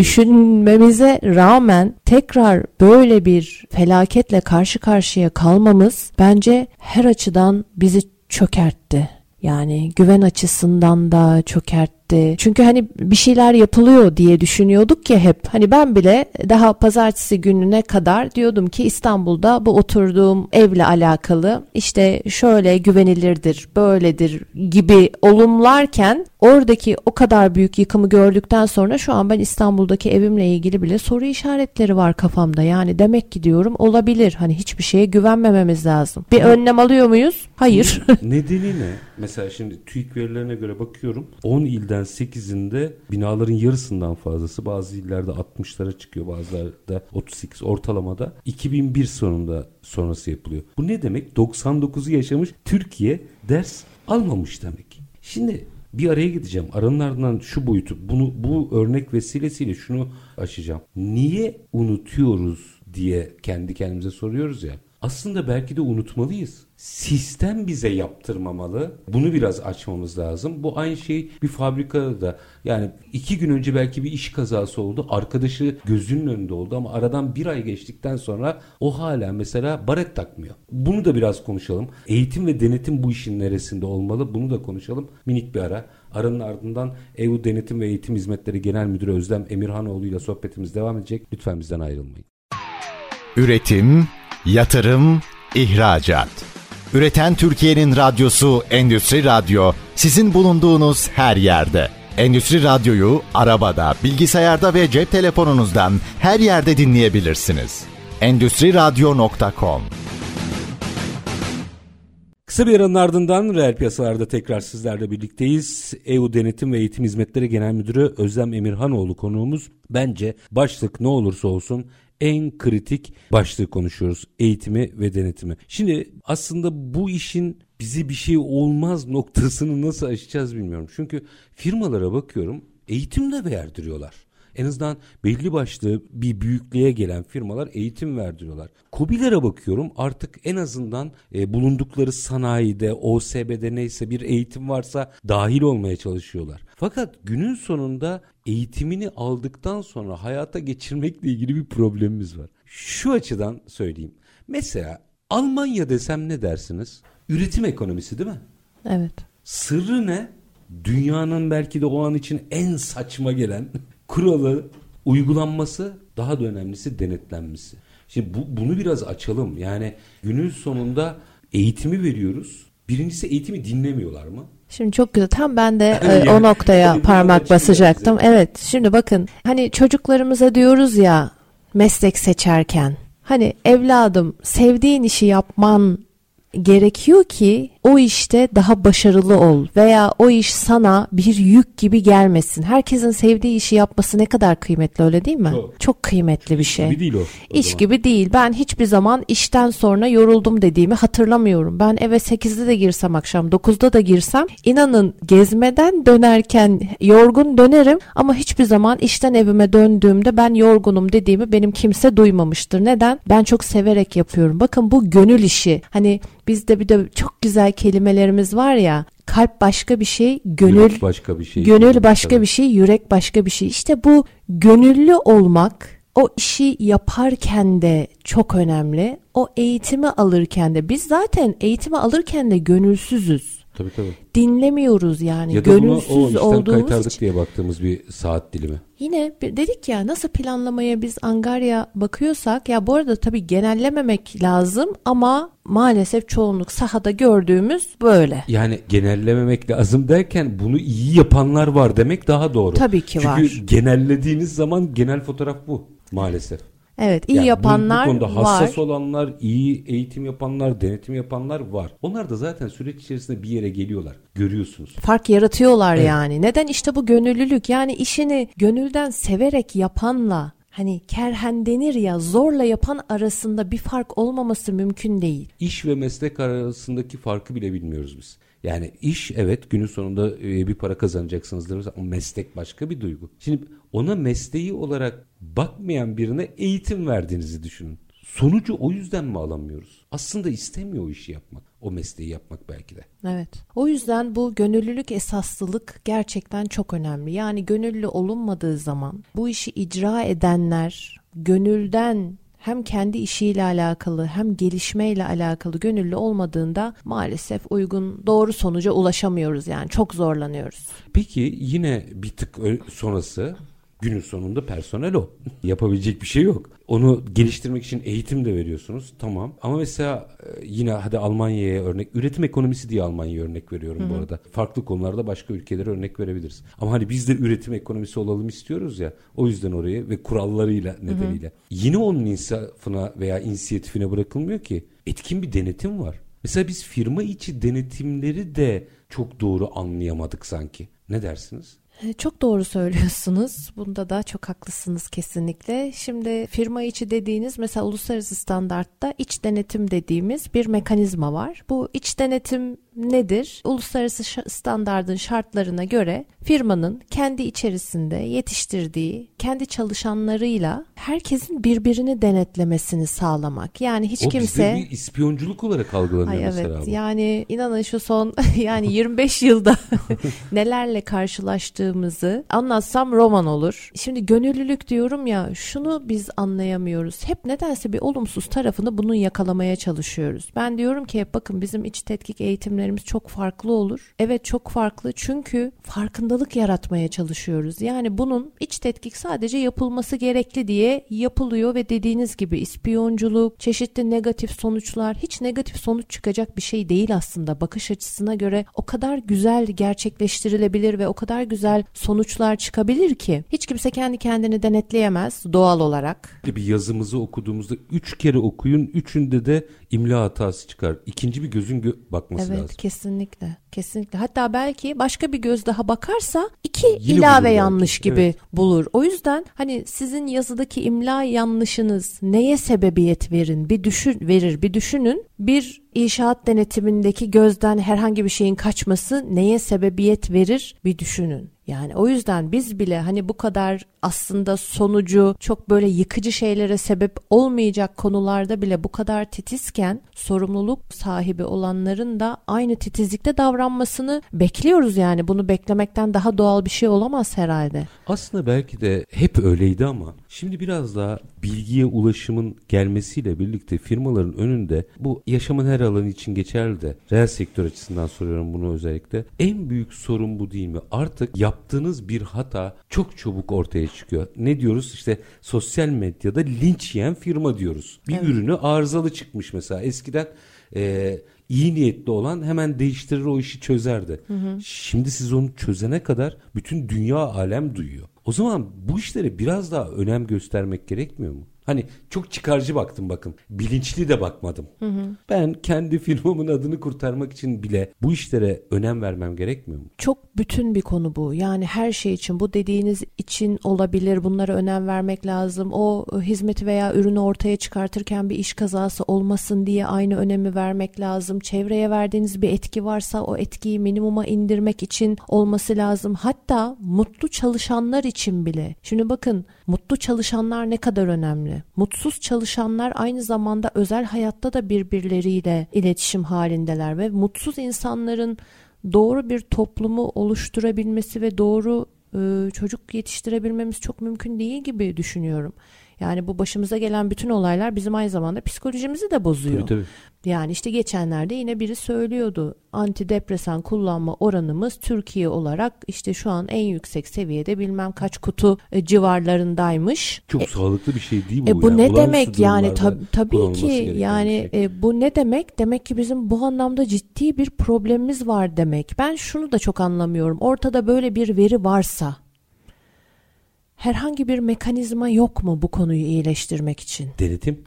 düşünmemize rağmen tekrar böyle bir felaketle karşı karşıya kalmamız bence her açıdan bizi çökertti. Yani güven açısından da çökertti. gitti. Çünkü hani bir şeyler yapılıyor diye düşünüyorduk ya hep. Hani ben bile daha pazartesi gününe kadar diyordum ki İstanbul'da bu oturduğum evle alakalı işte şöyle güvenilirdir, böyledir gibi olumlarken oradaki o kadar büyük yıkımı gördükten sonra şu an ben İstanbul'daki evimle ilgili bile soru işaretleri var kafamda. Yani demek ki diyorum olabilir. Hani hiçbir şeye güvenmememiz lazım. Bir önlem alıyor muyuz? Hayır. Nedeni ne? Mesela şimdi TÜİK verilerine göre bakıyorum. on ilden sekizinde binaların yarısından fazlası, bazı illerde altmışlara çıkıyor, bazılarda otuz sekiz ortalamada iki bin bir sonunda sonrası yapılıyor. Bu ne demek? doksan dokuzu yaşamış Türkiye ders almamış demek. Şimdi bir araya gideceğim. Aranın ardından şu boyutu, bunu bu örnek vesilesiyle şunu aşacağım. Niye unutuyoruz diye kendi kendimize soruyoruz ya. Aslında belki de unutmalıyız. Sistem bize yaptırmamalı. Bunu biraz açmamız lazım. Bu aynı şey bir fabrikada da. Yani iki gün önce belki bir iş kazası oldu. Arkadaşı gözünün önünde oldu ama aradan bir ay geçtikten sonra o hala mesela baret takmıyor. Bunu da biraz konuşalım. Eğitim ve denetim bu işin neresinde olmalı? Bunu da konuşalım. Minik bir ara. Aranın ardından E U Denetim ve Eğitim Hizmetleri Genel Müdürü Özlem Emirhanoğlu ile sohbetimiz devam edecek. Lütfen bizden ayrılmayın. Üretim, yatırım, ihracat. Üreten Türkiye'nin radyosu Endüstri Radyo, sizin bulunduğunuz her yerde. Endüstri Radyo'yu arabada, bilgisayarda ve cep telefonunuzdan her yerde dinleyebilirsiniz. endüstri radyo nokta com. Kısa bir aranın ardından reel piyasalarda tekrar sizlerle birlikteyiz. E U Denetim ve Eğitim Hizmetleri Genel Müdürü Özlem Emirhanoğlu konuğumuz. Bence başlık ne olursa olsun en kritik başlığı konuşuyoruz. Eğitimi ve denetimi. Şimdi aslında bu işin bize bir şey olmaz noktasını nasıl aşacağız bilmiyorum. Çünkü firmalara bakıyorum, eğitim de verdiriyorlar. En azından belli başlı bir büyüklüğe gelen firmalar eğitim verdiriyorlar. KOBİ'lere bakıyorum, artık en azından e, bulundukları sanayide, O S B'de neyse bir eğitim varsa dahil olmaya çalışıyorlar. Fakat günün sonunda eğitimini aldıktan sonra hayata geçirmekle ilgili bir problemimiz var. Şu açıdan söyleyeyim. Mesela Almanya desem ne dersiniz? Üretim ekonomisi değil mi? Evet. Sırrı ne? Dünyanın belki de o an için en saçma gelen kuralı uygulanması, daha da önemlisi denetlenmesi. Şimdi bu, bunu biraz açalım. Yani günün sonunda eğitimi veriyoruz. Birincisi eğitimi dinlemiyorlar mı? Şimdi çok güzel. Tam ben de yani, o noktaya hani parmak basacaktım. Evet. Şimdi bakın, hani çocuklarımıza diyoruz ya meslek seçerken, hani evladım sevdiğin işi yapman gerekiyor ki o işte daha başarılı ol veya o iş sana bir yük gibi gelmesin. Herkesin sevdiği işi yapması ne kadar kıymetli, öyle değil mi? Çok, Çok kıymetli bir şey. İş gibi değil o. o İş zaman. gibi değil. Ben hiçbir zaman işten sonra yoruldum dediğimi hatırlamıyorum. Ben eve sekizde de girsem, akşam dokuzda da girsem, inanın gezmeden dönerken yorgun dönerim ama hiçbir zaman işten evime döndüğümde ben yorgunum dediğimi benim kimse duymamıştır. Neden? Ben çok severek yapıyorum. Bakın, bu gönül işi. Hani bizde bir de çok güzel kelimelerimiz var ya. Kalp başka bir şey, gönül yürek başka bir şey. Gönül başka tabii. bir şey, yürek başka bir şey. İşte bu gönüllü olmak o işi yaparken de çok önemli. O eğitimi alırken de, biz zaten eğitimi alırken de gönülsüzüz. Tabii tabii. Dinlemiyoruz yani. Ya da gönülsüz buna o işten olduğumuz kaytardık için. diye baktığımız bir saat dilimi. Yine dedik ya, nasıl planlamaya biz angarya bakıyorsak, ya bu arada tabii genellememek lazım ama maalesef çoğunluk sahada gördüğümüz böyle. Yani genellememek lazım derken bunu iyi yapanlar var demek daha doğru. Tabii ki Çünkü var. Çünkü genellediğiniz zaman genel fotoğraf bu maalesef. Evet, iyi yani yapanlar bu, bu konuda hassas var. olanlar, iyi eğitim yapanlar, denetim yapanlar var. Onlar da zaten süreç içerisinde bir yere geliyorlar. Görüyorsunuz. Fark yaratıyorlar evet. yani. Neden? İşte bu gönüllülük. Yani işini gönülden severek yapanla, hani kerhen denir ya, zorla yapan arasında bir fark olmaması mümkün değil. İş ve meslek arasındaki farkı bile bilmiyoruz biz. Yani iş, evet, günün sonunda bir para kazanacaksınızdır ama meslek başka bir duygu. Şimdi ona mesleği olarak bakmayan birine eğitim verdiğinizi düşünün. Sonucu o yüzden mi alamıyoruz? Aslında istemiyor o işi yapmak, o mesleği yapmak belki de. Evet. O yüzden bu gönüllülük esaslılık gerçekten çok önemli. Yani gönüllü olunmadığı zaman bu işi icra edenler gönülden hem kendi işiyle alakalı hem gelişmeyle alakalı gönüllü olmadığında maalesef uygun doğru sonuca ulaşamıyoruz, yani çok zorlanıyoruz. Peki yine bir tık sonrası, günün sonunda personel o. Yapabilecek bir şey yok. Onu geliştirmek için eğitim de veriyorsunuz. Tamam. Ama mesela yine hadi Almanya'ya örnek, üretim ekonomisi diye Almanya'ya örnek veriyorum Hı-hı. bu arada. Farklı konularda başka ülkelere örnek verebiliriz. Ama hani biz de üretim ekonomisi olalım istiyoruz ya. O yüzden oraya ve kurallarıyla nedeniyle. Hı-hı. Yine onun insafına veya inisiyatifine bırakılmıyor ki. Etkin bir denetim var. Mesela biz firma içi denetimleri de çok doğru anlayamadık sanki. Ne dersiniz? Çok doğru söylüyorsunuz. Bunda da çok haklısınız kesinlikle. Şimdi firma içi dediğiniz, mesela uluslararası standartta iç denetim dediğimiz bir mekanizma var. Bu iç denetim nedir? Uluslararası standardın şartlarına göre firmanın kendi içerisinde yetiştirdiği kendi çalışanlarıyla herkesin birbirini denetlemesini sağlamak. Yani hiç o kimse... O bizde bir ispiyonculuk olarak algılanıyor Ay mesela. Evet bu. Yani inanın şu son yani yirmi beş yılda nelerle karşılaştığımızı anlatsam roman olur. Şimdi gönüllülük diyorum ya, şunu biz anlayamıyoruz. Hep nedense bir olumsuz tarafını bunun yakalamaya çalışıyoruz. Ben diyorum ki hep bakın, bizim iç tetkik eğitimlerimiz çok farklı olur. Evet, çok farklı, çünkü farkındalık yaratmaya çalışıyoruz. Yani bunun iç tetkik sadece yapılması gerekli diye yapılıyor ve dediğiniz gibi ispiyonculuk, çeşitli negatif sonuçlar, hiç negatif sonuç çıkacak bir şey değil aslında. Bakış açısına göre o kadar güzel gerçekleştirilebilir ve o kadar güzel sonuçlar çıkabilir ki hiç kimse kendi kendini denetleyemez doğal olarak. Bir yazımızı okuduğumuzda üç kere okuyun, üçünde de imla hatası çıkar. İkinci bir gözün gö- bakması evet, lazım. Evet, kesinlikle. Kesinlikle. Hatta belki başka bir göz daha bakarsa iki Yine ilave yanlış gibi evet. bulur. O yüzden hani sizin yazıdaki imla yanlışınız neye sebebiyet verin, bir düşün verir, bir düşünün. Bir inşaat denetimindeki gözden herhangi bir şeyin kaçması neye sebebiyet verir, bir düşünün. Yani o yüzden biz bile hani bu kadar aslında sonucu çok böyle yıkıcı şeylere sebep olmayacak konularda bile bu kadar titizken, sorumluluk sahibi olanların da aynı titizlikte davranmasını bekliyoruz yani. Bunu beklemekten daha doğal bir şey olamaz herhalde. Aslında belki de hep öyleydi ama şimdi biraz daha bilgiye ulaşımın gelmesiyle birlikte firmaların önünde, bu yaşamın her alanı için geçerli de reel sektör açısından soruyorum bunu özellikle, en büyük sorun bu değil mi? Artık yaptığınız bir hata çok çabuk ortaya çıkıyor. Ne diyoruz? İşte sosyal medyada linç yiyen firma diyoruz. Bir evet. ürünü arızalı çıkmış mesela. Eskiden e, iyi niyetli olan hemen değiştirir, o işi çözerdi. Hı hı. Şimdi siz onu çözene kadar bütün dünya alem duyuyor. O zaman bu işlere biraz daha önem göstermek gerekmiyor mu? Hani çok çıkarcı baktım bakın. Bilinçli de bakmadım. Hı hı. Ben kendi firmamın adını kurtarmak için bile bu işlere önem vermem gerekmiyor mu? Çok bütün bir konu bu. Yani her şey için, bu dediğiniz için olabilir. Bunlara önem vermek lazım. O hizmeti veya ürünü ortaya çıkartırken bir iş kazası olmasın diye aynı önemi vermek lazım. Çevreye verdiğiniz bir etki varsa o etkiyi minimuma indirmek için olması lazım. Hatta mutlu çalışanlar için bile. Şimdi bakın, mutlu çalışanlar ne kadar önemli. Mutsuz çalışanlar aynı zamanda özel hayatta da birbirleriyle iletişim halindeler ve mutsuz insanların doğru bir toplumu oluşturabilmesi ve doğru e, çocuk yetiştirebilmemiz çok mümkün değil gibi düşünüyorum. Yani bu başımıza gelen bütün olaylar bizim aynı zamanda psikolojimizi de bozuyor. Tabii, tabii. Yani işte geçenlerde yine biri söylüyordu. Antidepresan kullanma oranımız Türkiye olarak işte şu an en yüksek seviyede, bilmem kaç kutu e, civarlarındaymış. Çok e, sağlıklı bir şey değil bu. E, bu yani. ne Olağanüstü demek yani tab- tabii ki yani şey. e, bu ne demek? Demek ki bizim bu anlamda ciddi bir problemimiz var demek. Ben şunu da çok anlamıyorum. Ortada böyle bir veri varsa herhangi bir mekanizma yok mu bu konuyu iyileştirmek için? Denetim.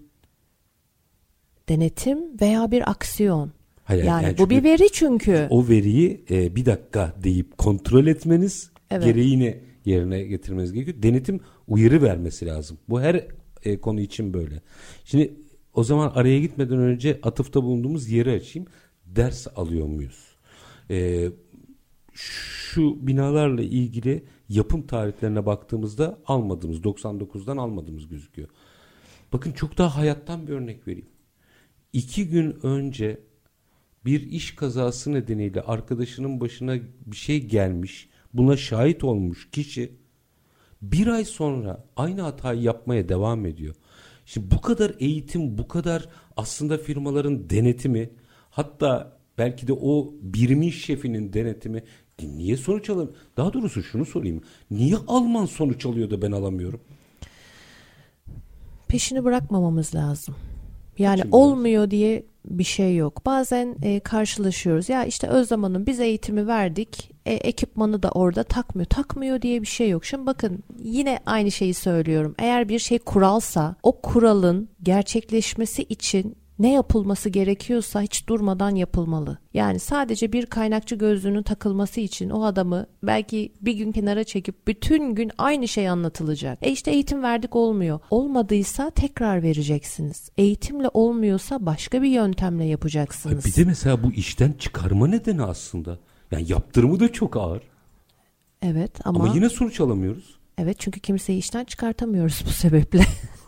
Denetim veya bir aksiyon. Hayır, yani, yani bu bir veri çünkü. O veriyi e, bir dakika deyip kontrol etmeniz, evet. gereğini yerine getirmeniz gerekiyor. Denetim uyarı vermesi lazım. Bu her e, konu için böyle. Şimdi o zaman araya gitmeden önce atıfta bulunduğumuz yeri açayım. Ders alıyor muyuz? E, şu binalarla ilgili yapım tarihlerine baktığımızda almadığımız, doksan dokuzdan almadığımız gözüküyor. Bakın çok daha hayattan bir örnek vereyim. İki gün önce bir iş kazası nedeniyle arkadaşının başına bir şey gelmiş, buna şahit olmuş kişi bir ay sonra aynı hatayı yapmaya devam ediyor. Şimdi bu kadar eğitim, bu kadar aslında firmaların denetimi, hatta belki de o birimin şefinin denetimi niye sonuç alamıyor? Daha doğrusu şunu sorayım. Niye Alman sonuç alıyor da ben alamıyorum? Peşini bırakmamamız lazım. Yani Şimdi olmuyor biraz diye bir şey yok. Bazen e, karşılaşıyoruz. Ya işte Özlem Hanım biz eğitimi verdik. E, ekipmanı da orada takmıyor. Takmıyor diye bir şey yok. Şimdi bakın yine aynı şeyi söylüyorum. Eğer bir şey kuralsa o kuralın gerçekleşmesi için ne yapılması gerekiyorsa hiç durmadan yapılmalı. Yani sadece bir kaynakçı gözlüğünün takılması için o adamı belki bir gün kenara çekip bütün gün aynı şey anlatılacak. E işte eğitim verdik olmuyor. Olmadıysa tekrar vereceksiniz. Eğitimle olmuyorsa başka bir yöntemle yapacaksınız. Bir de mesela bu işten çıkarma nedeni aslında. Yani yaptırımı da çok ağır. Evet ama... Ama yine sonuç alamıyoruz. Evet çünkü kimseyi işten çıkartamıyoruz bu sebeple.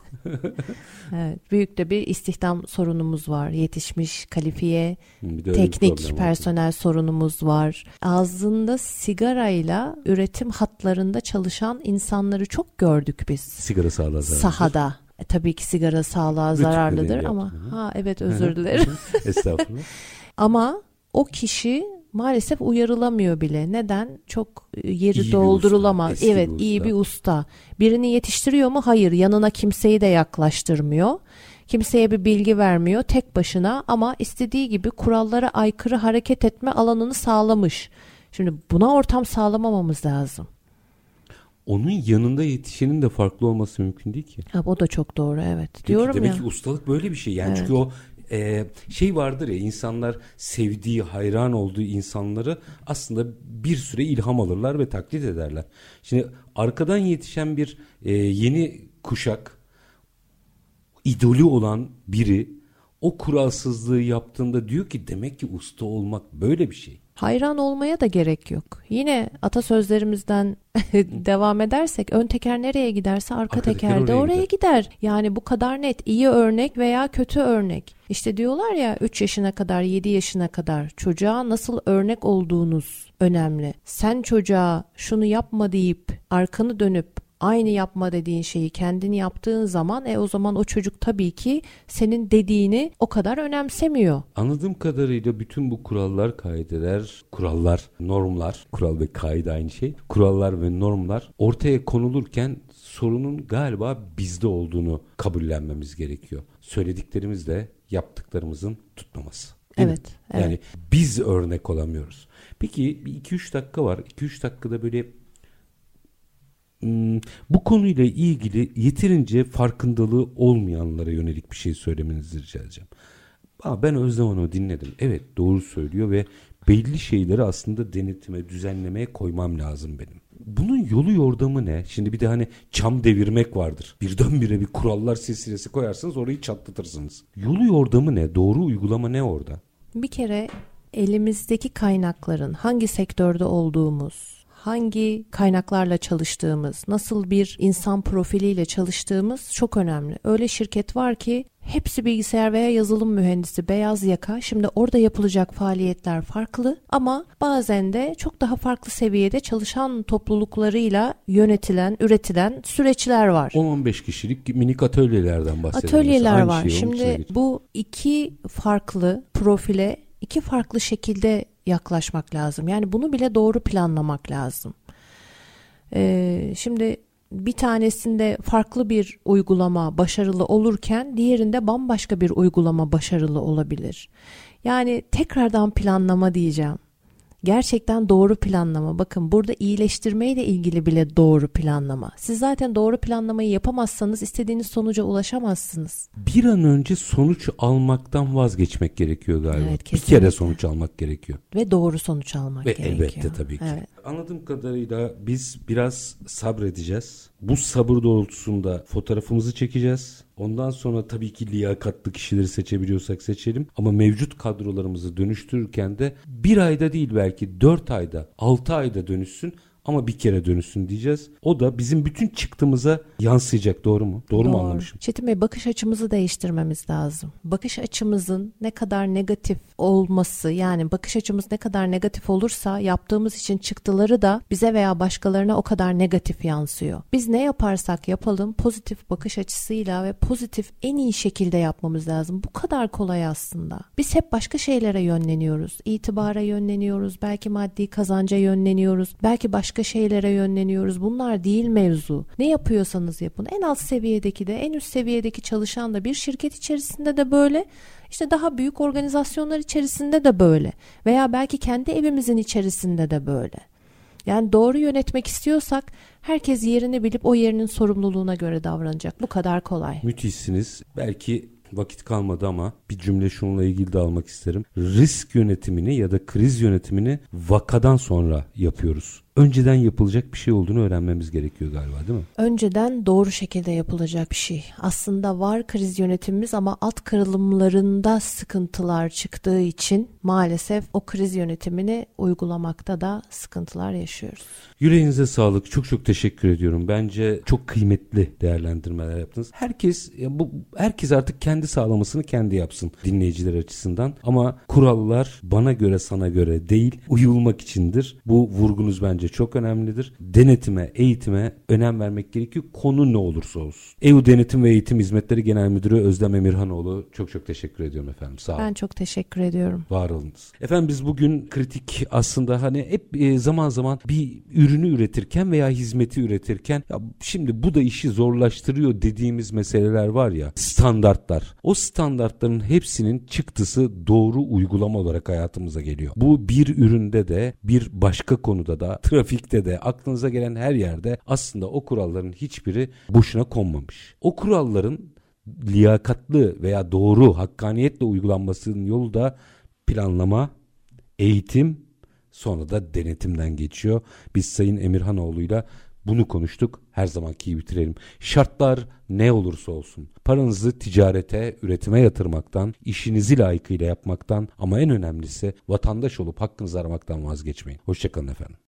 Evet, büyük de bir istihdam sorunumuz var. Yetişmiş, kalifiye, teknik personel oldu. Sorunumuz var. Ağzında sigarayla üretim hatlarında çalışan insanları çok gördük biz. Sigara sağlığa zararlıdır. Sahada. E, tabii ki sigara sağlığa zararlıdır ama yaptım, ha evet özür dilerim. Estağfurullah. Ama o kişi maalesef uyarılamıyor bile. Neden? Çok yeri iyi doldurulamaz. Evet, bir iyi bir usta. Birini yetiştiriyor mu? Hayır. Yanına kimseyi de yaklaştırmıyor. Kimseye bir bilgi vermiyor. Tek başına ama istediği gibi kurallara aykırı hareket etme alanını sağlamış. Şimdi buna ortam sağlamamamız lazım. Onun yanında yetişenin de farklı olması mümkün değil ki. Ha, o da çok doğru evet. Peki, diyorum demek ya. ki ustalık böyle bir şey. Yani evet. Çünkü o Ee, şey vardır ya, insanlar sevdiği, hayran olduğu insanları aslında bir süre ilham alırlar ve taklit ederler. Şimdi arkadan yetişen bir e, yeni kuşak, idolü olan biri o kuralsızlığı yaptığında diyor ki demek ki usta olmak böyle bir şey. Hayran olmaya da gerek yok. Yine atasözlerimizden devam edersek ön teker nereye giderse arka, arka teker, teker de oraya, oraya gider. gider. Yani bu kadar net. İyi örnek veya kötü örnek. İşte diyorlar ya üç yaşına kadar yedi yaşına kadar çocuğa nasıl örnek olduğunuz önemli. Sen çocuğa şunu yapma deyip arkanı dönüp aynı yapma dediğin şeyi kendini yaptığın zaman e o zaman o çocuk tabii ki senin dediğini o kadar önemsemiyor. Anladığım kadarıyla bütün bu kurallar, kaideler, kurallar, normlar, kural ve kaide aynı şey. Kurallar ve normlar ortaya konulurken sorunun galiba bizde olduğunu kabullenmemiz gerekiyor. Söylediklerimizle yaptıklarımızın tutmaması. Evet, evet. Yani biz örnek olamıyoruz. Peki bir iki üç dakika var. iki üç dakikada böyle bu konuyla ilgili yeterince farkındalığı olmayanlara yönelik bir şey söylemenizi rica edeceğim. Ben Özlem Hanım'ı dinledim. Evet doğru söylüyor ve belli şeyleri aslında denetime, düzenlemeye koymam lazım benim. Bunun yolu yordamı ne? Şimdi bir de hani çam devirmek vardır. Birdenbire bir kurallar silsilesi koyarsınız, orayı çatlatırsınız. Yolu yordamı ne? Doğru uygulama ne orada? Bir kere elimizdeki kaynakların hangi sektörde olduğumuz, hangi kaynaklarla çalıştığımız, nasıl bir insan profiliyle çalıştığımız çok önemli. Öyle şirket var ki hepsi bilgisayar veya yazılım mühendisi, beyaz yaka. Şimdi orada yapılacak faaliyetler farklı ama bazen de çok daha farklı seviyede çalışan topluluklarıyla yönetilen, üretilen süreçler var. on on beş kişilik minik atölyelerden bahsediyoruz. Atölyeler var. Şimdi bu iki farklı profile iki farklı şekilde yaklaşmak lazım. Yani bunu bile doğru planlamak lazım. Ee, şimdi bir tanesinde farklı bir uygulama başarılı olurken diğerinde bambaşka bir uygulama başarılı olabilir. Yani tekrardan planlama diyeceğim. Gerçekten doğru planlama. Bakın burada iyileştirmeyle ilgili bile doğru planlama. Siz zaten doğru planlamayı yapamazsanız istediğiniz sonuca ulaşamazsınız. Bir an önce sonuç almaktan vazgeçmek gerekiyor galiba. Evet, bir kere sonuç almak gerekiyor. Ve doğru sonuç almak Ve gerekiyor. Elbette tabii ki. Evet. Anladığım kadarıyla biz biraz sabredeceğiz. Bu sabır doğrultusunda fotoğrafımızı çekeceğiz. Ondan sonra tabii ki liyakatlı kişileri seçebiliyorsak seçelim. Ama mevcut kadrolarımızı dönüştürürken de bir ayda değil belki dört ayda, altı ayda dönüşsün. ama bir kere dönüşsün diyeceğiz. O da bizim bütün çıktımıza yansıyacak. Doğru mu? Doğru, Doğru. mu anlamışım? Çetin Bey, bakış açımızı değiştirmemiz lazım. Bakış açımızın ne kadar negatif olması, yani bakış açımız ne kadar negatif olursa yaptığımız için çıktıları da bize veya başkalarına o kadar negatif yansıyor. Biz ne yaparsak yapalım pozitif bakış açısıyla ve pozitif en iyi şekilde yapmamız lazım. Bu kadar kolay aslında. Biz hep başka şeylere yönleniyoruz. İtibara yönleniyoruz. Belki maddi kazanca yönleniyoruz. Belki başka şeylere yönleniyoruz. Bunlar değil mevzu. Ne yapıyorsanız yapın. En alt seviyedeki de, en üst seviyedeki çalışan da, bir şirket içerisinde de böyle. İşte daha büyük organizasyonlar içerisinde de böyle. Veya belki kendi evimizin içerisinde de böyle. Yani doğru yönetmek istiyorsak herkes yerini bilip o yerinin sorumluluğuna göre davranacak. Bu kadar kolay. Müthişsiniz. Belki vakit kalmadı ama bir cümle şununla ilgili de almak isterim. Risk yönetimini ya da kriz yönetimini vakadan sonra yapıyoruz. Önceden yapılacak bir şey olduğunu öğrenmemiz gerekiyor galiba, değil mi? Önceden doğru şekilde yapılacak bir şey. Aslında var kriz yönetimimiz ama alt kırılımlarında sıkıntılar çıktığı için maalesef o kriz yönetimini uygulamakta da sıkıntılar yaşıyoruz. Yüreğinize sağlık. Çok çok teşekkür ediyorum. Bence çok kıymetli değerlendirmeler yaptınız. Herkes ya bu herkes artık kendi sağlamasını kendi yapsın dinleyiciler açısından. Ama kurallar bana göre sana göre değil, uyulmak içindir. Bu vurgunuz bence çok önemlidir. Denetime, eğitime önem vermek gerekiyor. Konu ne olursa olsun. E U Denetim ve Eğitim Hizmetleri Genel Müdürü Özlem Emirhanoğlu, çok çok teşekkür ediyorum efendim. Sağ olun. Ben çok teşekkür ediyorum. Var olunuz. Efendim biz bugün kritik aslında hani hep e, zaman zaman bir ürünü üretirken veya hizmeti üretirken ya şimdi bu da işi zorlaştırıyor dediğimiz meseleler var ya, standartlar. O standartların hepsinin çıktısı doğru uygulama olarak hayatımıza geliyor. Bu bir üründe de bir başka konuda da trafikte de aklınıza gelen her yerde aslında o kuralların hiçbiri boşuna konmamış. O kuralların liyakatlı veya doğru hakkaniyetle uygulanmasının yolu da planlama, eğitim, sonra da denetimden geçiyor. Biz Sayın Emirhanoğlu'yla bunu konuştuk. Her zamanki gibi bitirelim. Şartlar ne olursa olsun paranızı ticarete, üretime yatırmaktan, işinizi layıkıyla yapmaktan ama en önemlisi vatandaş olup hakkınızı aramaktan vazgeçmeyin. Hoşçakalın efendim.